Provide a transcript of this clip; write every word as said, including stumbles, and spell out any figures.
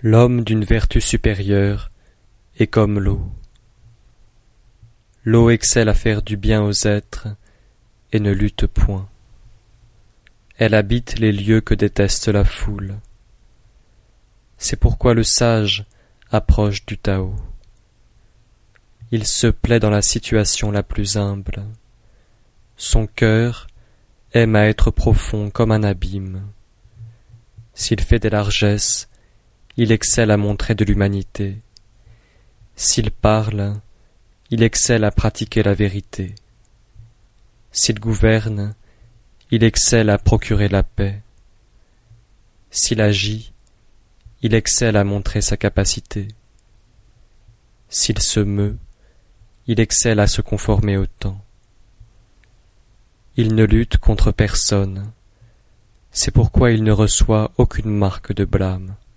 L'homme d'une vertu supérieure est comme l'eau. L'eau excelle à faire du bien aux êtres et ne lutte point. Elle habite les lieux que déteste la foule. C'est pourquoi le sage approche du Tao. Il se plaît dans la situation la plus humble. Son cœur aime à être profond comme un abîme. S'il fait des largesses, il excelle à montrer de l'humanité. S'il parle, il excelle à pratiquer la vérité. S'il gouverne, il excelle à procurer la paix. S'il agit, il excelle à montrer sa capacité. S'il se meut, il excelle à se conformer au temps. Il ne lutte contre personne, c'est pourquoi il ne reçoit aucune marque de blâme.